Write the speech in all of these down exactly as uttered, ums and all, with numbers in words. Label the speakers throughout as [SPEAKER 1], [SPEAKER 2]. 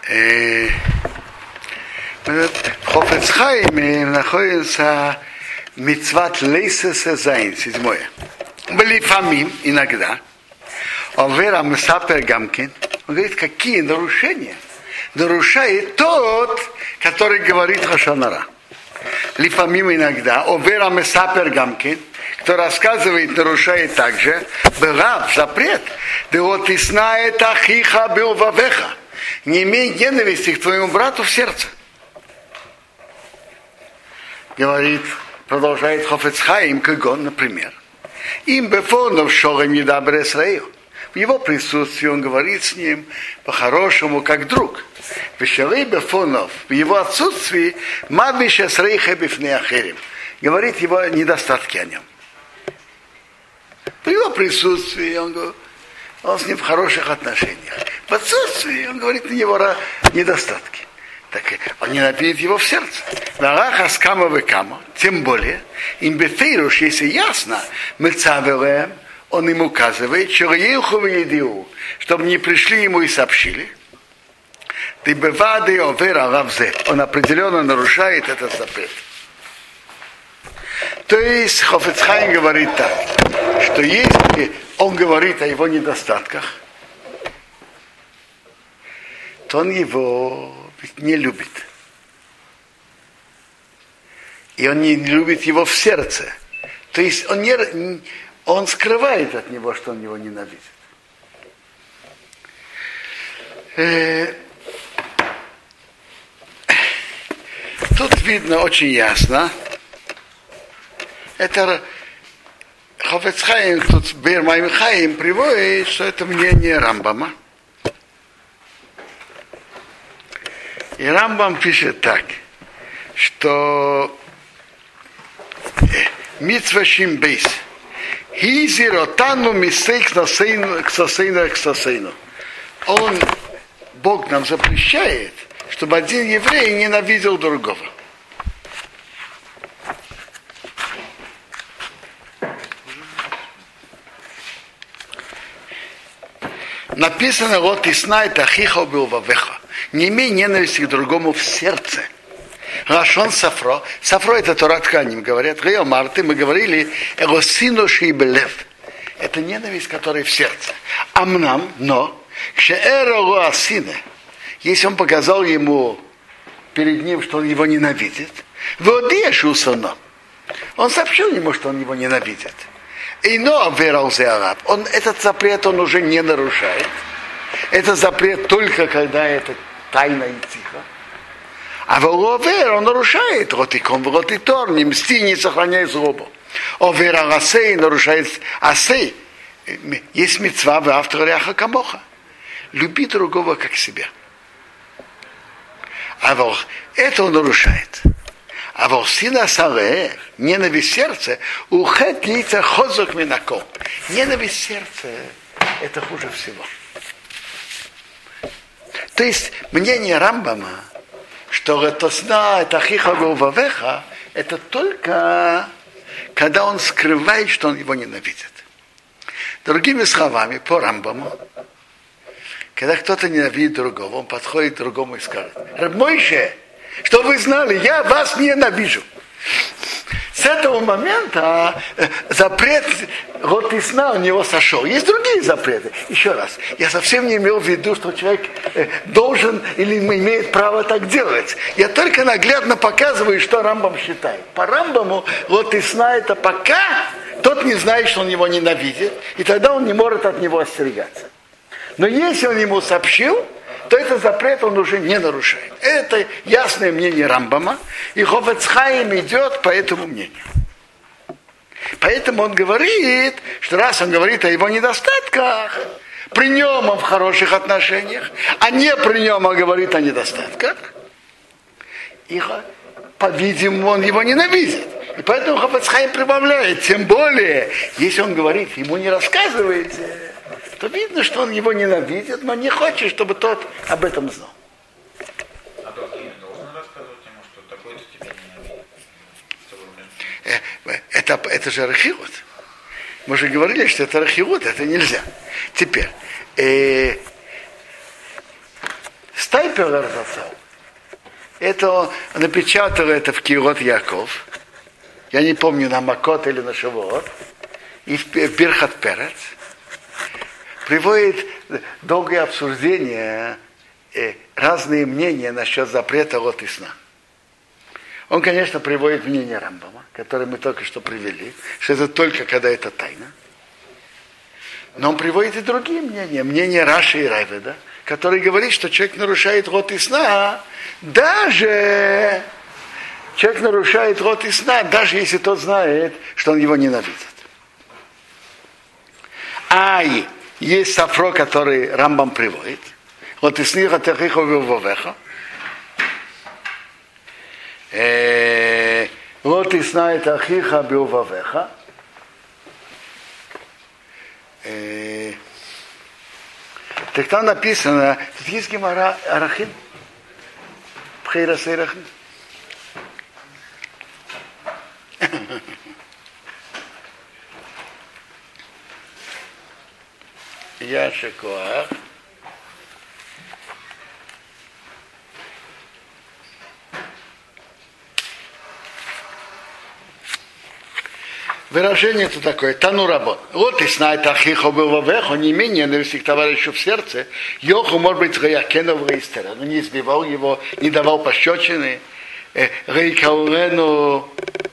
[SPEAKER 1] В Хафец Хаиме находится мицват лейсеса зайн, седьмое. Были фамим иногда. Овера Месапер Гамкин. Он говорит, какие нарушения нарушает тот, который говорит Хашанара. Лифамим иногда. Овера Месапер Гамкин, кто рассказывает, нарушает также. Была запрет. Да вот и знает ахиха беувавеха. Не имей ненависти к твоему брату в сердце. Говорит, продолжает Хафец Хаим Кагон, например. Им бефонов шорем недабре Исраил. В его присутствии он говорит с ним по-хорошему, как друг. В бефонов, в его отсутствии, мабиша срейха бифней ахерим. Говорит его недостатки о нем. В его присутствии он говорит, он с ним в хороших отношениях. В отсутствии он говорит на него недостатки. Так он ненавидит его в сердце. Тем более, им бефейруш, если ясно, мы цавелем, он им указывает, чтобы не пришли ему и сообщили. Ты бевады овера равзе. Он определенно нарушает этот запрет. То есть Хафец Хаим говорит так, что если он говорит о его недостатках, то он его не любит. И он не любит его в сердце. То есть он, не, он скрывает от него, что он его ненавидит. Э, тут видно очень ясно. Это Хафец Хаим, тут Бер Маим Хаим приводит, что это мнение Рамбама. И Рамбам пишет так, что митцва шимбейс хизиротану мисейк ксасейну ксасейну. Он, Бог нам запрещает, чтобы один еврей ненавидел другого. Написано, вот и знает ахиха беувавеха. Не имей ненависти к другому в сердце. Рашон Сафро. Сафро это Тора тканим, говорят. Марты, мы говорили, эросину шибелев. Это ненависть, которая в сердце. Амнам, но, кшеэроасине. Если он показал ему перед ним, что он его ненавидит, водешусано. Он сообщил ему, что он его ненавидит. И но верался араб. Он этот запрет он уже не нарушает. Это запрет только когда это тайно и тихо. А воловер он нарушает. Ротиком, ротитор, не мсти, не сохраняй злобу. Овер арасей нарушает асей. Есть мицва в авторяха камоха. Люби другого как себя. А вот это он нарушает. А вот сина саре, ненависть сердца, ухет лица хозок минако. Ненависть сердца это хуже всего. То есть мнение Рамбама, что это сна, это ахиха беувавеха, это только когда он скрывает, что он его ненавидит. Другими словами, по Рамбаму, когда кто-то ненавидит другого, он подходит к другому и скажет: Раб Мойше, что вы знали, я вас ненавижу. С этого момента запрет рот и сна у него сошел. Есть другие запреты. Еще раз, я совсем не имел в виду, что человек должен или имеет право так делать. Я только наглядно показываю, что Рамбам считает. По Рамбаму рот и сна это пока тот не знает, что он его ненавидит, и тогда он не может от него остерегаться. Но если он ему сообщил, то этот запрет он уже не нарушает. Это ясное мнение Рамбама, и Хафец Хаим идет по этому мнению. Поэтому он говорит, что раз он говорит о его недостатках, при нем он в хороших отношениях, а не при нем он говорит о недостатках, и, по-видимому, он его ненавидит. И поэтому Хафец Хаим прибавляет, тем более, если он говорит, ему не рассказывайте, то видно, что он его ненавидит, но не хочет, чтобы тот об этом знал.
[SPEAKER 2] А другие не должны рассказывать ему, что такой-то тебя ненавидит?
[SPEAKER 1] Это, это же архивот. Мы же говорили, что это архивот, это нельзя. Теперь, э, Стайпер Зацал, это он напечатал это в Кирот Яков. Я не помню, на Макот или на Шавуот. И в Бирхат Перец приводит долгое обсуждение, разные мнения насчет запрета рот и сна. Он, конечно, приводит мнение Рамбама, которое мы только что привели, что это только когда это тайна. Но он приводит и другие мнения, мнение Раши и Райведа, который говорит, что человек нарушает рот и сна, даже человек нарушает рот и сна, даже если тот знает, что он его ненавидит. А есть сафро, который Рамбам приводит. Вот и сниха техиха вилвовеха. Вот и сна техиха вилвовеха. Так там написано, тут есть гемара Арахим. Пхейрас Арахим. Яша Коах. Выражение это такое, тану работ. Вот и знает ахихо был вехо, не менее ненависти к товарищу в сердце, Йоху, может быть, Гаякенов Рейстера, но не избивал его, не давал пощечины, Рейкаурену,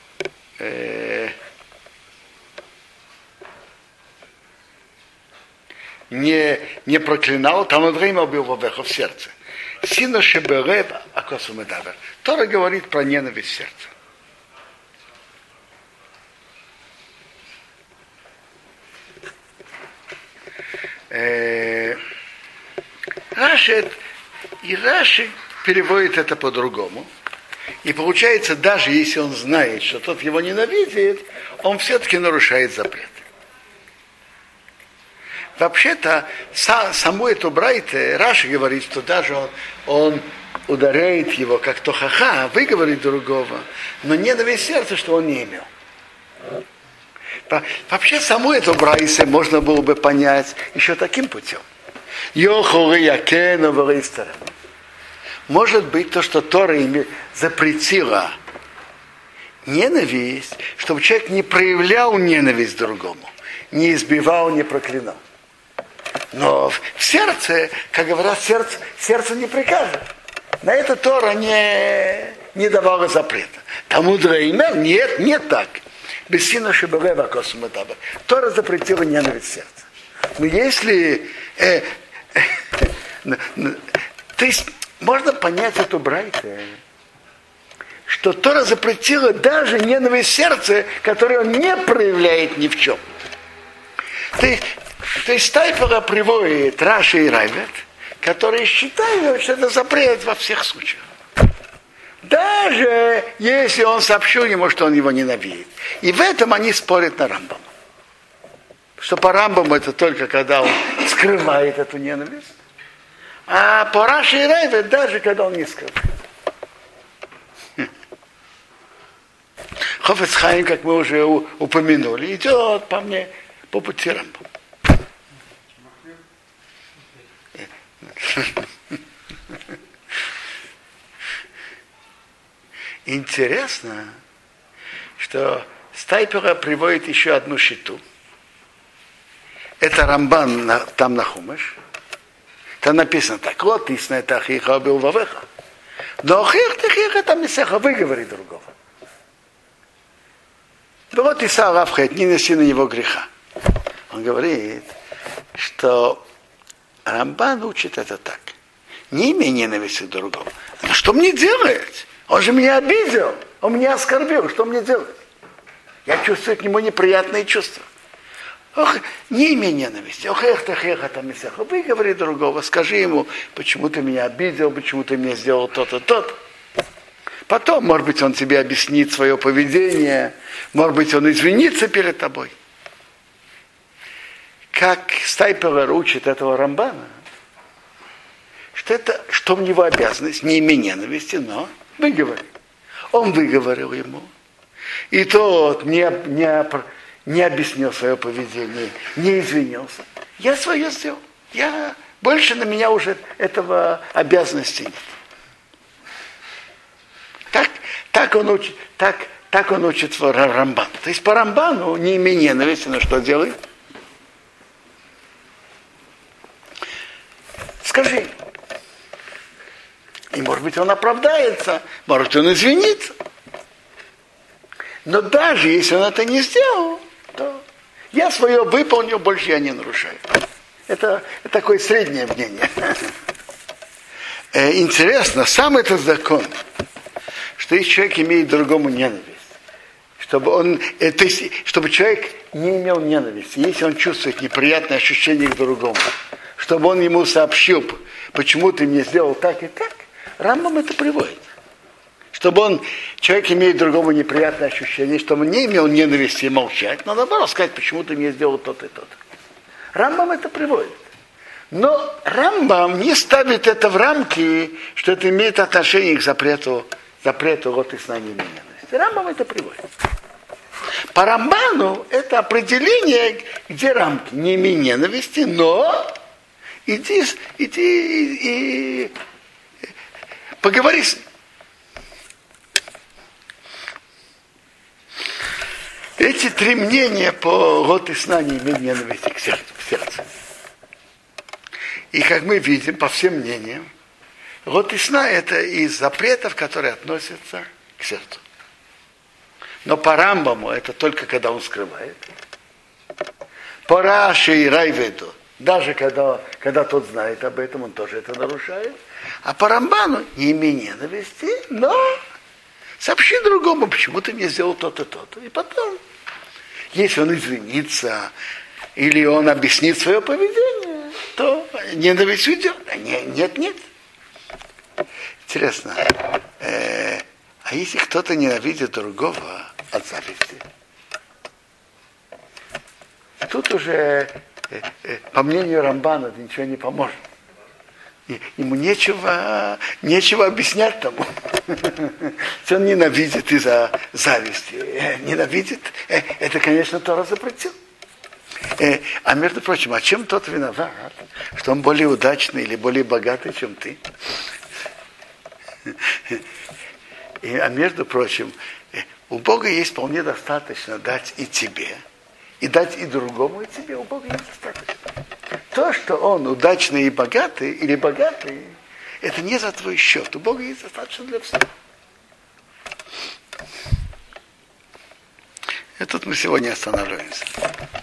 [SPEAKER 1] не, не проклинал, там он время убил вехо в сердце. Сина шеберев акосумедавер. Тора говорит про ненависть в сердце. Раши, и Раши переводит это по-другому. И получается, даже если он знает, что тот его ненавидит, он все-таки нарушает запрет. Вообще-то, са, саму эту брайте, Раши говорит, что даже он, он ударяет его как тохаха, выговорит другого, но ненависть в сердце, что он не имел. Вообще, саму эту брайсе можно было бы понять еще таким путем. Может быть, то, что Тора запретила ненависть, чтобы человек не проявлял ненависть к другому, не избивал, не проклинал. Но в сердце, как говорят, сердце, сердце не прикажет. На это Тора не, не давала запрета. Тому дреймер, нет, не так. Бессина шеберева косуматаба. Тора запретила ненависть в сердце. Но если... Э, э, э, э, то есть можно понять эту брайту, что Тора запретила даже ненависть в сердце, которую он не проявляет ни в чем. То есть, то есть Тайфера приводит Раши и Райвет, которые считают, что это запрет во всех случаях. Даже если он сообщил ему, что он его ненавидит. И в этом они спорят на Рамбам. Что по Рамбаму это только когда он скрывает эту ненависть. А по Раши и Райвет даже когда он не скрывает. Хофец Хаим, как мы уже упомянули, идет по мне по пути Рамбама. Интересно, что Стайпера приводит еще одну щиту. Это Рамбан там на Хумаш. Там написано так: вот истина это ахиха был вавеха. Но ахих тахиха там месеха, выговори другого. Вот и Саравхет, не неси на него греха. Он говорит, что Рамбан учит это так. Не имей ненависти к другому. А что мне делать? Он же меня обидел, он меня оскорбил. Что мне делать? Я чувствую к нему неприятные чувства. Ох, не имей ненависти. Ох, эх, эх, эх, там месяха. Выговори другого, скажи ему, почему ты меня обидел, почему ты мне сделал то-то, то-то. Потом, может быть, он тебе объяснит свое поведение, может быть, он извинится перед тобой. Как Стайпер учит этого Рамбана, что это, что у него обязанность, не имей ненависти, но выговори. Он выговорил ему. И тот не, не, не объяснил свое поведение, не извинился. Я свое сделал. Я Больше на меня уже этого обязанности нет. Так, так, он, учит, так, так он учит Рамбан. То есть по Рамбану, не имея ненависти, но что делает? Скажи. И может быть он оправдается, может он извинится. Но даже если он это не сделал, то я свое выполнил, больше я не нарушаю. Это, это такое среднее мнение. Интересно, сам этот закон, что если человек имеет другому ненависть, чтобы он, то есть, чтобы человек не имел ненависти, если он чувствует неприятное ощущение к другому, чтобы он ему сообщил, почему ты мне сделал так и так, Рамбам это приводит. Чтобы он, человек имеет другому неприятное ощущение, чтобы он не имел ненависти и молчать, но наоборот сказать, почему ты мне сделал то-то и то-то. Рамбам это приводит. Но Рамбам не ставит это в рамки, что это имеет отношение к запрету, запрету рот и сна не ненависти. Рамбам это приводит. По Рамбану это определение, где рамки не имей ненависти, но иди, иди и, и поговори с ним. Эти три мнения по рот и сна не имеют ненависти к сердцу, к сердцу. И как мы видим, по всем мнениям, рот и сна это из запретов, которые относятся к сердцу. Но по Рамбаму это только когда он скрывает. По Раши и Райведу, даже когда, когда тот знает об этом, он тоже это нарушает. А по Рамбану не имей ненависти, но сообщи другому, почему ты мне сделал то-то, то-то. И потом, если он извинится, или он объяснит свое поведение, то ненависть уйдет. А нет, нет. Интересно, э, а если кто-то ненавидит другого от зависти? Тут уже, э, э, по мнению Рамбана, ничего не поможет. Ему нечего, нечего объяснять тому. Если он ненавидит из-за зависти, ненавидит, это, конечно, Тора запретил. А между прочим, а чем тот виноват, что он более удачный или более богатый, чем ты? И, а между прочим, у Бога есть вполне достаточно дать и тебе, и дать и другому, и тебе. У Бога есть достаточно. То, что он удачный и богатый, или богатый, это не за твой счет. У Бога есть достаточно для всех. И тут мы сегодня останавливаемся.